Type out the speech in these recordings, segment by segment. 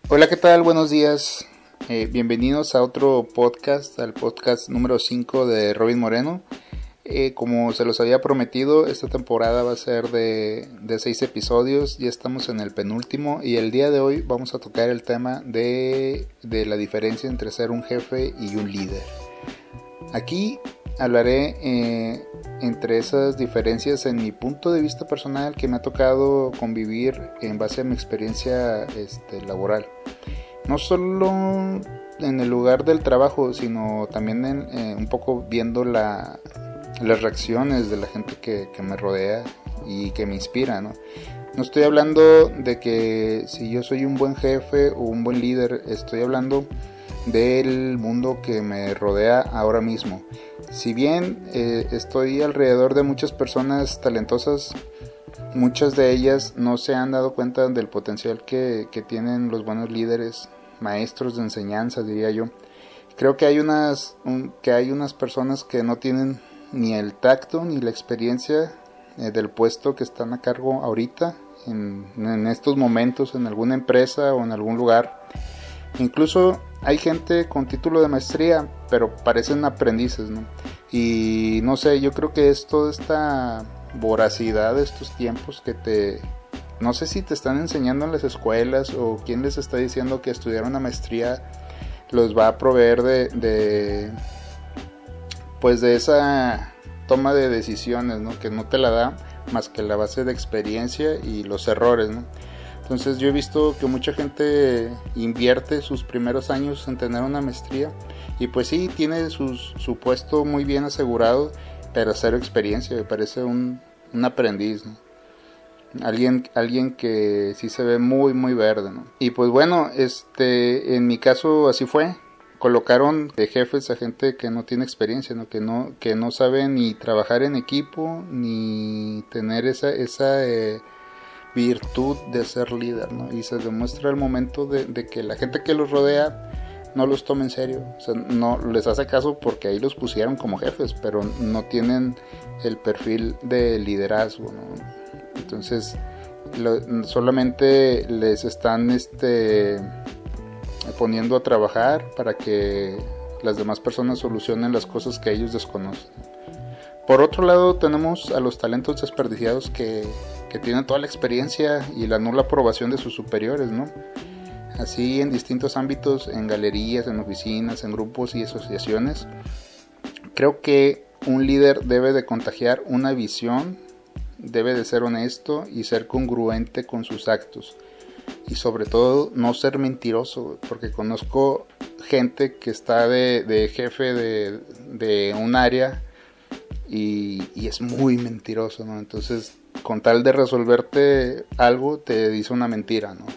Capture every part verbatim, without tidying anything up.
Hola, ¿qué tal? Buenos días. Eh, bienvenidos a otro podcast, al podcast número cinco de Robin Moreno. Eh, como se los había prometido, esta temporada va a ser de, de seis episodios, ya estamos en el penúltimo y el día de hoy vamos a tocar el tema de, de la diferencia entre ser un jefe y un líder. Aquí hablaré eh, entre esas diferencias en mi punto de vista personal que me ha tocado convivir en base a mi experiencia este, laboral. No solo en el lugar del trabajo, sino también en, eh, un poco viendo la, las reacciones de la gente que, que me rodea y que me inspira, ¿no? No estoy hablando de que si yo soy un buen jefe o un buen líder, estoy hablando del mundo que me rodea ahora mismo. Si bien eh, estoy alrededor de muchas personas talentosas, muchas de ellas no se han dado cuenta del potencial que, que tienen los buenos líderes, maestros de enseñanza, diría yo. Creo que hay unas un, que hay unas personas que no tienen ni el tacto ni la experiencia eh, del puesto que están a cargo ahorita, en, en estos momentos, en alguna empresa o en algún lugar. Incluso hay gente con título de maestría, pero parecen aprendices, ¿no? Y no sé, yo creo que es toda esta voracidad de estos tiempos que te... No sé si te están enseñando en las escuelas o quién les está diciendo que estudiar una maestría los va a proveer de, de pues de esa toma de decisiones, ¿no? Que no te la da más que la base de experiencia y los errores, ¿no? Entonces yo he visto que mucha gente invierte sus primeros años en tener una maestría y pues sí, tiene sus, su puesto muy bien asegurado, pero cero experiencia, me parece un, un aprendiz, ¿no? Alguien, alguien que sí se ve muy muy verde, ¿no? Y pues bueno, este, en mi caso así fue. Colocaron de jefes a gente que no tiene experiencia, ¿no? Que no, que no sabe ni trabajar en equipo, ni tener esa, esa eh, virtud de ser líder, ¿no? Y se demuestra el momento de, de que la gente que los rodea no los toma en serio, o sea, no les hace caso porque ahí los pusieron como jefes, pero no tienen el perfil de liderazgo, ¿no? Entonces lo, solamente les están este, poniendo a trabajar para que las demás personas solucionen las cosas que ellos desconocen. Por otro lado tenemos a los talentos desperdiciados que, que tienen toda la experiencia y la nula aprobación de sus superiores, ¿no? Así en distintos ámbitos, en galerías, en oficinas, en grupos y asociaciones. Creo que un líder debe de contagiar una visión, debe de ser honesto y ser congruente con sus actos. Y sobre todo no ser mentiroso, porque conozco gente que está de, de jefe de, de un área y, y es muy mentiroso, ¿no? Entonces, con tal de resolverte algo, te dice una mentira, ¿no?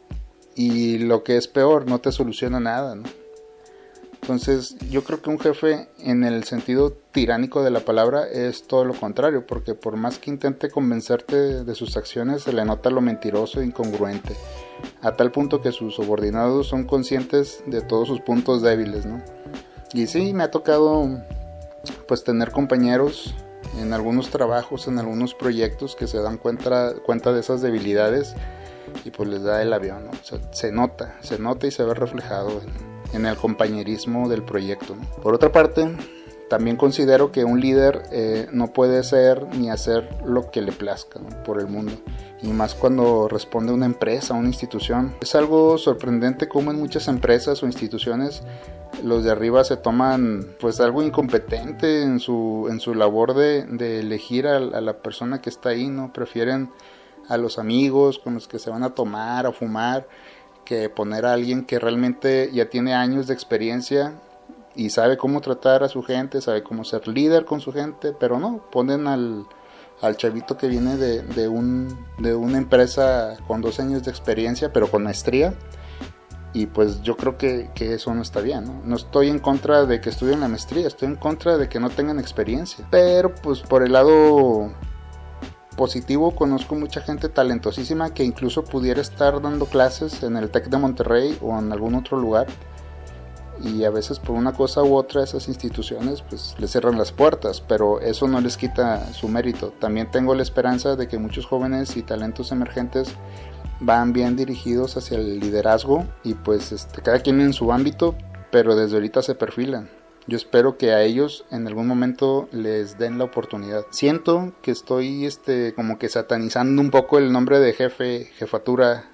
Y lo que es peor, no te soluciona nada, ¿no? Entonces yo creo que un jefe en el sentido tiránico de la palabra es todo lo contrario, porque por más que intente convencerte de, de sus acciones, se le nota lo mentiroso e incongruente, a tal punto que sus subordinados son conscientes de todos sus puntos débiles, ¿no? Y sí, me ha tocado pues tener compañeros en algunos trabajos, en algunos proyectos que se dan cuenta, cuenta de esas debilidades y pues les da el avión, ¿no? O sea, se nota, se nota y se ve reflejado en, en el compañerismo del proyecto, ¿no? Por otra parte, también considero que un líder eh, no puede ser ni hacer lo que le plazca, ¿no? Por el mundo, y más cuando responde a una empresa, a una institución. Es algo sorprendente cómo en muchas empresas o instituciones los de arriba se toman pues algo incompetente en su, en su labor de, de elegir a, a la persona que está ahí, ¿no? Prefieren a los amigos con los que se van a tomar, a fumar, que poner a alguien que realmente ya tiene años de experiencia y sabe cómo tratar a su gente, sabe cómo ser líder con su gente, pero no, ponen al, al chavito que viene de, de, un, de una empresa con dos años de experiencia, pero con maestría, y pues yo creo que, que eso no está bien, ¿no? No estoy en contra de que estudien la maestría, estoy en contra de que no tengan experiencia, pero pues por el lado positivo conozco mucha gente talentosísima que incluso pudiera estar dando clases en el TEC de Monterrey o en algún otro lugar, y a veces por una cosa u otra esas instituciones pues les cierran las puertas, pero eso no les quita su mérito. También tengo la esperanza de que muchos jóvenes y talentos emergentes van bien dirigidos hacia el liderazgo y pues este, cada quien en su ámbito, pero desde ahorita se perfilan. Yo espero que a ellos en algún momento les den la oportunidad. Siento que estoy este, como que satanizando un poco el nombre de jefe, jefatura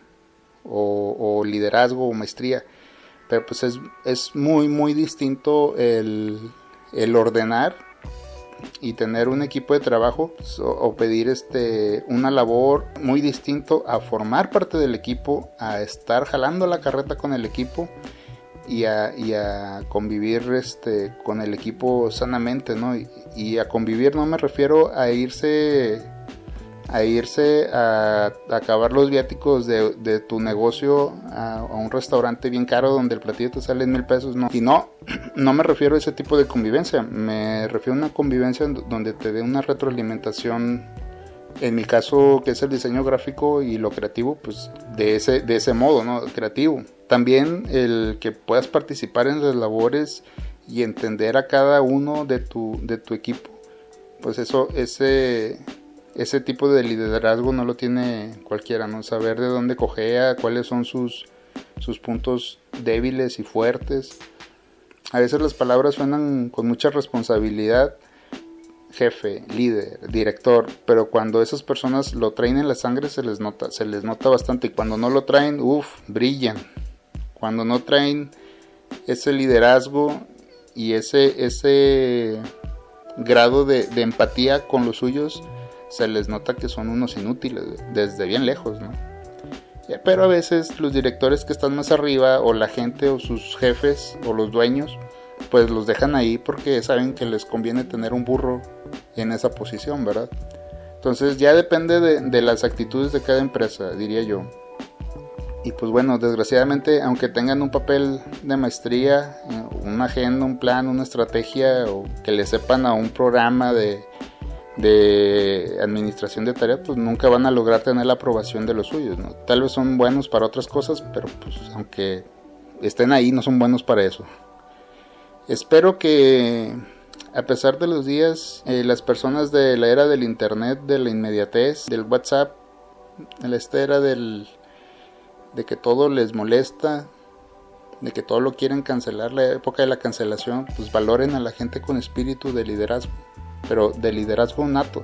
o, o liderazgo o maestría, pero pues es, es muy muy distinto el, el ordenar y tener un equipo de trabajo, pues, o, o pedir este una labor muy distinto a formar parte del equipo, a estar jalando la carreta con el equipo y a, y a convivir este con el equipo sanamente, ¿no? Y, y a convivir no me refiero a irse a irse a, a acabar los viáticos de, de tu negocio a, a un restaurante bien caro donde el platillo te sale en mil pesos, no. Y no, no me refiero a ese tipo de convivencia, me refiero a una convivencia donde te dé una retroalimentación, en mi caso que es el diseño gráfico y lo creativo, pues de ese, de ese modo, ¿no? Creativo. También el que puedas participar en las labores y entender a cada uno de tu, de tu equipo, pues eso, ese... Ese tipo de liderazgo no lo tiene cualquiera, ¿no? Saber de dónde cojea, cuáles son sus, sus puntos débiles y fuertes. A veces las palabras suenan con mucha responsabilidad, jefe, líder, director, pero cuando esas personas lo traen en la sangre se les nota, se les nota bastante, y cuando no lo traen, uff, brillan. Cuando no traen ese liderazgo y ese, ese grado de, de empatía con los suyos, se les nota que son unos inútiles desde bien lejos, ¿no? Pero a veces los directores que están más arriba, o la gente o sus jefes o los dueños, pues los dejan ahí porque saben que les conviene tener un burro en esa posición, ¿verdad? Entonces ya depende de, de las actitudes de cada empresa, diría yo. Y pues bueno, desgraciadamente, aunque tengan un papel de maestría, una agenda, un plan, una estrategia, o que le sepan a un programa de de administración de tareas, pues nunca van a lograr tener la aprobación de los suyos, ¿no? Tal vez son buenos para otras cosas, pero pues aunque estén ahí, no son buenos para eso. Espero que a pesar de los días, eh, las personas de la era del internet, de la inmediatez, del WhatsApp, de esta era del, de que todo les molesta, de que todo lo quieren cancelar, la época de la cancelación, pues valoren a la gente con espíritu de liderazgo, pero de liderazgo nato.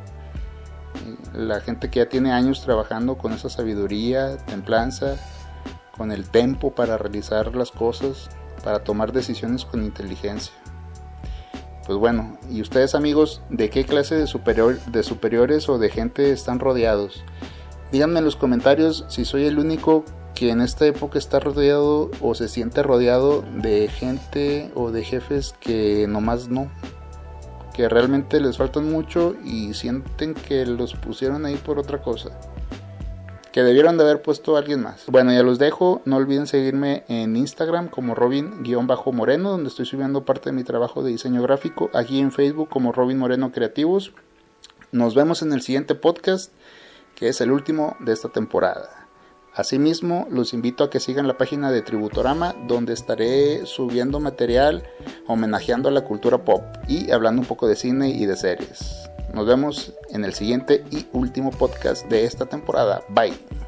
La gente que ya tiene años trabajando con esa sabiduría, templanza, con el tempo para realizar las cosas, para tomar decisiones con inteligencia. Pues bueno, y ustedes, amigos, ¿de qué clase de, superior, de superiores o de gente están rodeados? Díganme en los comentarios si soy el único que en esta época está rodeado o se siente rodeado de gente o de jefes que nomás no, que realmente les faltan mucho y sienten que los pusieron ahí por otra cosa, que debieron de haber puesto a alguien más. Bueno, ya los dejo, no olviden seguirme en Instagram como Robin-Moreno, donde estoy subiendo parte de mi trabajo de diseño gráfico, aquí en Facebook como Robin Moreno Creativos. Nos vemos en el siguiente podcast, que es el último de esta temporada. Asimismo, los invito a que sigan la página de Tributorama, donde estaré subiendo material homenajeando a la cultura pop y hablando un poco de cine y de series. Nos vemos en el siguiente y último podcast de esta temporada. Bye.